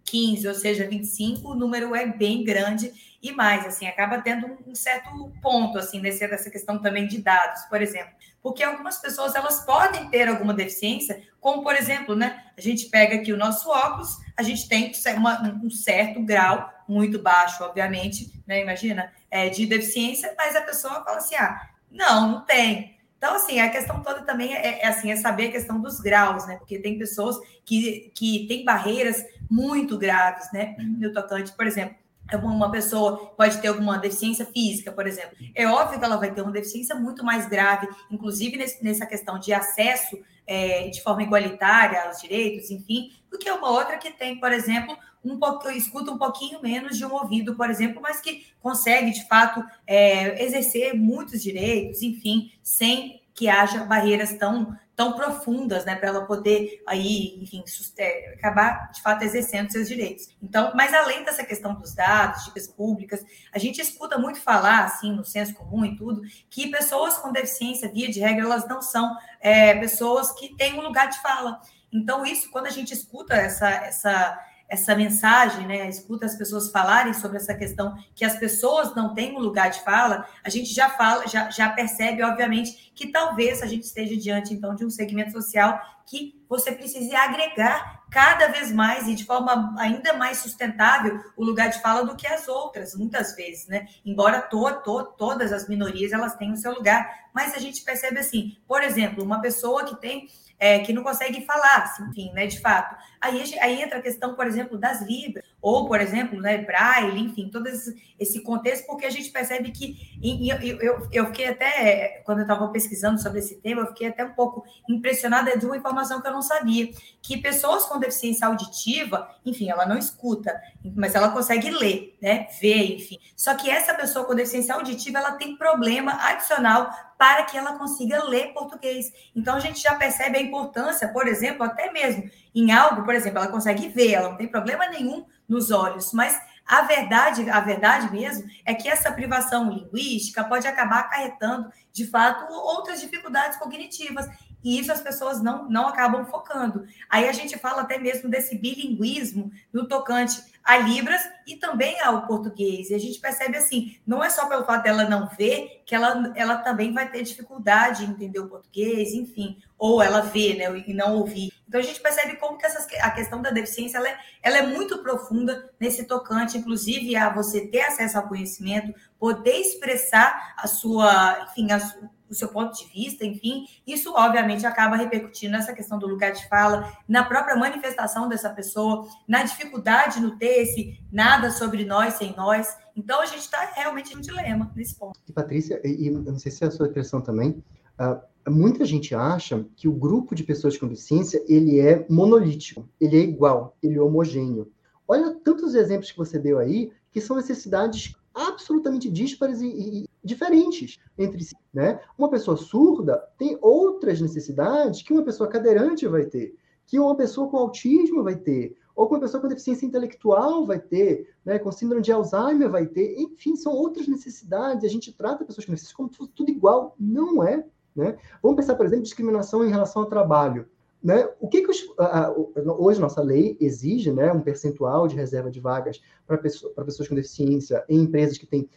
quinze, ou seja, vinte e cinco, o número é bem grande e mais, assim, acaba tendo um certo ponto, assim, nesse, nessa questão também de dados, por exemplo. Porque algumas pessoas, elas podem ter alguma deficiência, como, por exemplo, né, a gente pega aqui o nosso óculos, a gente tem uma, um certo grau, muito baixo, obviamente, né, imagina, é, de deficiência, mas a pessoa fala assim, ah, não, não tem. Então, assim, a questão toda também é, é, assim, é saber a questão dos graus, né? Porque tem pessoas que, que têm barreiras muito graves, né? No tocante, por exemplo, uma pessoa pode ter alguma deficiência física, por exemplo. É óbvio que ela vai ter uma deficiência muito mais grave, inclusive nesse, nessa questão de acesso é, de forma igualitária aos direitos, enfim, do que uma outra que tem, por exemplo, um pouco, escuta um pouquinho menos de um ouvido, por exemplo, mas que consegue, de fato, é, exercer muitos direitos, enfim, sem que haja barreiras tão, tão profundas, né, para ela poder aí, enfim, suster, acabar, de fato, exercendo seus direitos. Então, mas além dessa questão dos dados, dicas públicas, a gente escuta muito falar, assim, no senso comum e tudo, que pessoas com deficiência, via de regra, elas não são é, pessoas que têm um lugar de fala. Então, isso, quando a gente escuta essa... essa essa mensagem, né, escuta as pessoas falarem sobre essa questão que as pessoas não têm um lugar de fala, a gente já fala, já, já percebe, obviamente, que talvez a gente esteja diante, então, de um segmento social que você precise agregar cada vez mais e de forma ainda mais sustentável o lugar de fala do que as outras, muitas vezes, né? Embora to, to, todas as minorias, elas tenham o seu lugar, mas a gente percebe assim, por exemplo, uma pessoa que tem É, que não consegue falar, assim, enfim, né, de fato. Aí, aí entra a questão, por exemplo, das libras, ou, por exemplo, né, braille, enfim, todo esse, esse contexto, porque a gente percebe que, e, eu, eu, eu fiquei até, quando eu estava pesquisando sobre esse tema, eu fiquei até um pouco impressionada de uma informação que eu não sabia, que pessoas com deficiência auditiva, enfim, ela não escuta, mas ela consegue ler, né, ver, enfim. Só que essa pessoa com deficiência auditiva, ela tem problema adicional para que ela consiga ler português. Então, a gente já percebe a importância, por exemplo, até mesmo em algo, por exemplo, ela consegue ver, ela não tem problema nenhum nos olhos, mas a verdade, a verdade mesmo é que essa privação linguística pode acabar acarretando, de fato, outras dificuldades cognitivas. E isso as pessoas não, não acabam focando. Aí a gente fala até mesmo desse bilinguismo no tocante a Libras e também ao português. E a gente percebe assim, não é só pelo fato dela não ver, que ela, ela também vai ter dificuldade em entender o português, enfim, ou ela vê, né, e não ouvir. Então a gente percebe como que essas, a questão da deficiência ela é, ela é muito profunda nesse tocante, inclusive a você ter acesso ao conhecimento, poder expressar a sua, enfim, a sua, o seu ponto de vista, enfim, isso obviamente acaba repercutindo nessa questão do lugar de fala, na própria manifestação dessa pessoa, na dificuldade no ter esse nada sobre nós sem nós. Então a gente está realmente em um dilema nesse ponto. E Patrícia, e, e eu não sei se é a sua impressão também, uh, muita gente acha que o grupo de pessoas com deficiência ele é monolítico, ele é igual, ele é homogêneo. Olha tantos exemplos que você deu aí, que são necessidades absolutamente díspares e, e, e diferentes entre si, né? Uma pessoa surda tem outras necessidades que uma pessoa cadeirante vai ter, que uma pessoa com autismo vai ter, ou que uma pessoa com deficiência intelectual vai ter, né? Com síndrome de Alzheimer vai ter, enfim, são outras necessidades. A gente trata pessoas com deficiência como se fosse tudo igual, não é, né? Vamos pensar, por exemplo, discriminação em relação ao trabalho. Né? O que, que os, a, hoje nossa lei exige, né, um percentual de reserva de vagas para pessoa, para pessoas com deficiência em empresas que têm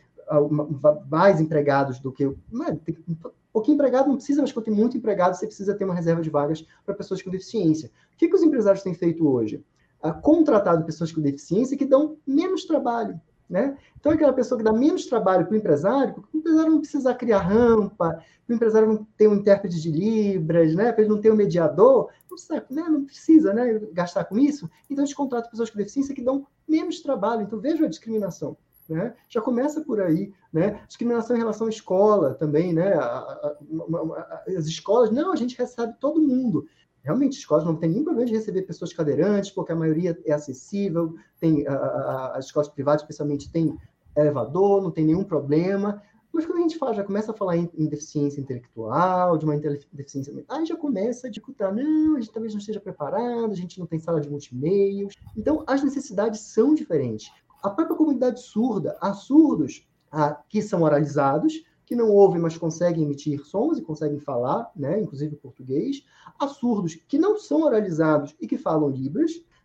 uh, mais empregados do que... Né, tem, um pouquinho empregado não precisa, mas quando tem muito empregado, você precisa ter uma reserva de vagas para pessoas com deficiência. O que, que os empresários têm feito hoje? Uh, contratado pessoas com deficiência que dão menos trabalho. Né? Então, aquela pessoa que dá menos trabalho para o empresário, porque o empresário não precisa criar rampa, o empresário não tem um intérprete de Libras, né? Para ele não ter um mediador, não precisa, né? não precisa né? gastar com isso. Então, a gente contrata pessoas com deficiência que dão menos trabalho. Então, veja a discriminação. Né? Já começa por aí. Né? Discriminação em relação à escola também. Né? A, a, a, as escolas, não, a gente recebe todo mundo. Realmente, escolas não tem nenhum problema de receber pessoas cadeirantes, porque a maioria é acessível, tem, a, a, as escolas privadas, especialmente, tem elevador, não tem nenhum problema. Mas quando a gente fala, já começa a falar em, em deficiência intelectual, de uma deficiência mental, aí já começa a dificultar. Não, a gente talvez não esteja preparado, a gente não tem sala de multimeios. Então, as necessidades são diferentes. A própria comunidade surda, há surdos ah, que são oralizados, que não ouvem, mas conseguem emitir sons e conseguem falar, né, inclusive português. Há surdos que não são oralizados e que falam Libras.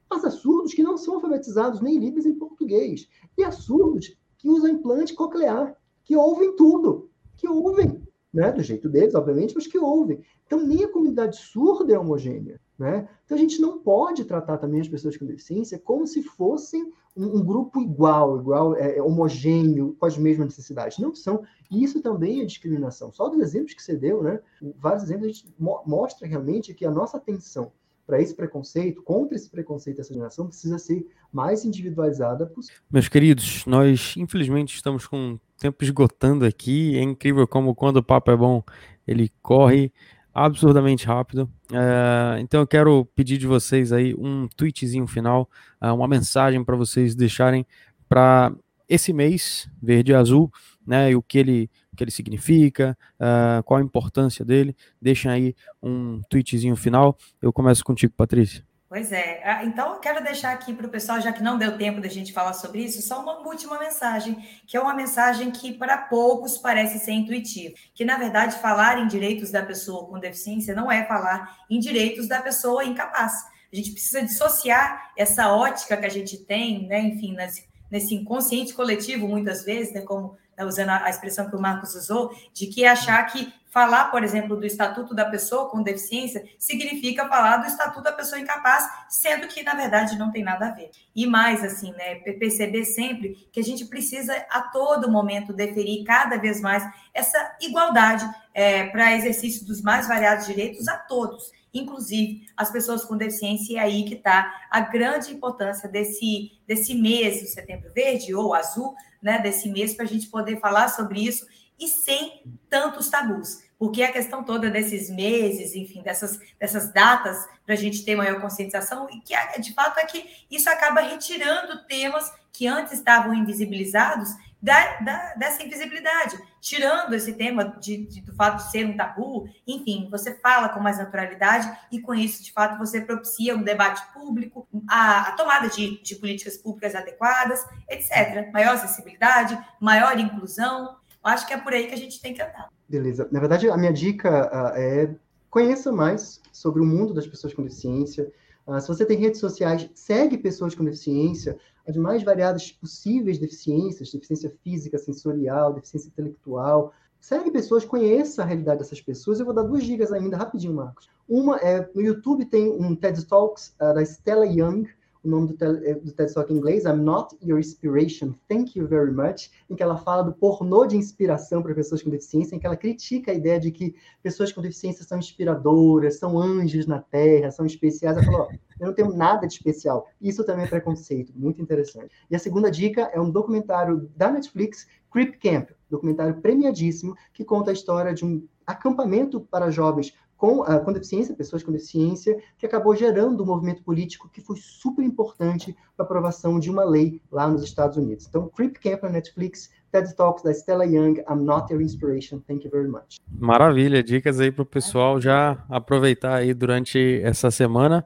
mas há surdos que não são alfabetizados nem livres em português. E há surdos que usam implante coclear, que ouvem tudo, que ouvem, né? Do jeito deles, obviamente, mas que ouvem. Então, nem a comunidade surda é homogênea, né? Então, a gente não pode tratar também as pessoas com deficiência como se fossem um, um grupo igual, igual é, homogêneo, com as mesmas necessidades. Não são. E isso também é discriminação. Só dos exemplos que você deu, né? Vários exemplos, a gente mo- mostra realmente que a nossa atenção para esse preconceito, contra esse preconceito, essa geração, precisa ser mais individualizada possível. Meus queridos, nós infelizmente estamos com o tempo esgotando aqui. É incrível como quando o papo é bom, ele corre absurdamente rápido. É, então eu quero pedir de vocês aí um tweetzinho final, uma mensagem para vocês deixarem para esse mês verde e azul, né, e o que ele, o que ele significa, uh, qual a importância dele. Deixem aí um tweetzinho final. Eu começo contigo, Patrícia. Pois é, então eu quero deixar aqui para o pessoal, já que não deu tempo da gente falar sobre isso, só uma última mensagem, que é uma mensagem que para poucos parece ser intuitiva, que na verdade falar em direitos da pessoa com deficiência não é falar em direitos da pessoa incapaz. A gente precisa dissociar essa ótica que a gente tem, né, enfim, nesse, nesse inconsciente coletivo, muitas vezes, né, como né, usando a expressão que o Marcos usou, de que achar que falar, por exemplo, do Estatuto da Pessoa com Deficiência significa falar do Estatuto da Pessoa Incapaz, sendo que, na verdade, não tem nada a ver. E mais, assim, né, perceber sempre que a gente precisa, a todo momento, deferir cada vez mais essa igualdade é, para exercício dos mais variados direitos a todos, inclusive as pessoas com deficiência, e é aí que está a grande importância desse, desse mês, o Setembro Verde ou Azul, né, desse mês, para a gente poder falar sobre isso e sem tantos tabus, porque a questão toda desses meses, enfim, dessas, dessas datas, para a gente ter maior conscientização, e que de fato é que isso acaba retirando temas que antes estavam invisibilizados da, da, dessa invisibilidade, tirando esse tema de, de, do fato de ser um tabu, enfim, você fala com mais naturalidade e com isso, de fato, você propicia um debate público, a, a tomada de, de políticas públicas adequadas, etcétera. Maior acessibilidade, maior inclusão. Acho que é por aí que a gente tem que andar. Beleza. Na verdade, a minha dica uh, é conheça mais sobre o mundo das pessoas com deficiência. Uh, se você tem redes sociais, segue pessoas com deficiência, as mais variadas possíveis deficiências, deficiência física, sensorial, deficiência intelectual. Segue pessoas, conheça a realidade dessas pessoas. Eu vou dar duas dicas ainda, rapidinho, Marcos. Uma é, no YouTube tem um TED Talks uh, da Stella Young, o nome do, do TED Talk em inglês, I'm Not Your Inspiration, Thank You Very Much, em que ela fala do pornô de inspiração para pessoas com deficiência, em que ela critica a ideia de que pessoas com deficiência são inspiradoras, são anjos na Terra, são especiais. Ela falou, ó, eu não tenho nada de especial. Isso também é preconceito, muito interessante. E a segunda dica é um documentário da Netflix, Crip Camp, documentário premiadíssimo, que conta a história de um acampamento para jovens Com, uh, com deficiência, pessoas com deficiência, que acabou gerando um movimento político que foi super importante para a aprovação de uma lei lá nos Estados Unidos. Então, Crip Camp na Netflix, TED Talks da Stella Young, I'm Not Your Inspiration, thank you very much. Maravilha, dicas aí para o pessoal já aproveitar aí durante essa semana,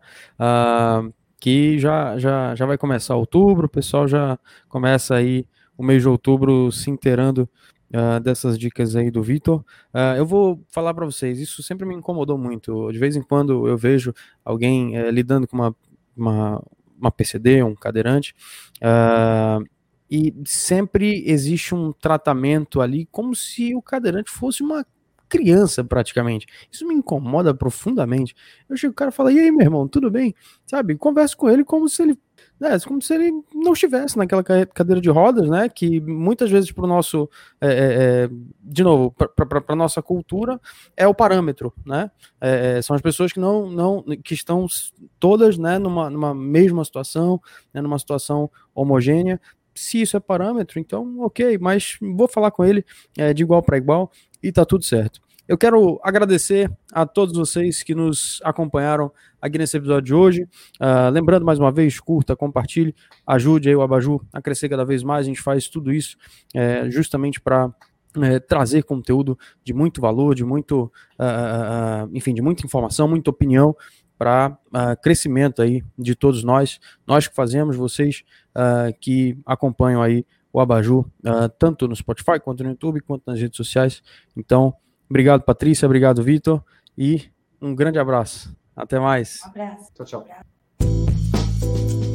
uh, que já, já, já vai começar outubro, o pessoal já começa aí o mês de outubro se inteirando Uh, dessas dicas aí do Vitor. Uh, eu vou falar para vocês, isso sempre me incomodou muito. De vez em quando eu vejo alguém uh, lidando com uma, uma, uma P C D, um cadeirante, uh, e sempre existe um tratamento ali como se o cadeirante fosse uma criança praticamente. Isso me incomoda profundamente. Eu chego, o cara fala, e aí, meu irmão, tudo bem? Sabe, converso com ele como se ele É, como se ele não estivesse naquela cadeira de rodas, né? Que muitas vezes para o nosso, é, é, de novo, para a nossa cultura é o parâmetro, né? É, são as pessoas que não, não que estão todas, né, numa, numa mesma situação, né, numa situação homogênea. Se isso é parâmetro, então ok, mas vou falar com ele é, de igual para igual e tá tudo certo. Eu quero agradecer a todos vocês que nos acompanharam aqui nesse episódio de hoje. Uh, lembrando mais uma vez, curta, compartilhe, ajude aí o Abajur a crescer cada vez mais. A gente faz tudo isso é, justamente para é, trazer conteúdo de muito valor, de muito, uh, uh, enfim, de muita informação, muita opinião para uh, crescimento aí de todos nós. Nós que fazemos, vocês uh, que acompanham aí o Abajur, uh, tanto no Spotify, quanto no YouTube, quanto nas redes sociais. Então, obrigado, Patrícia, obrigado, Vitor, e um grande abraço. Até mais. Um abraço. Tchau, tchau. Um abraço. Obrigado.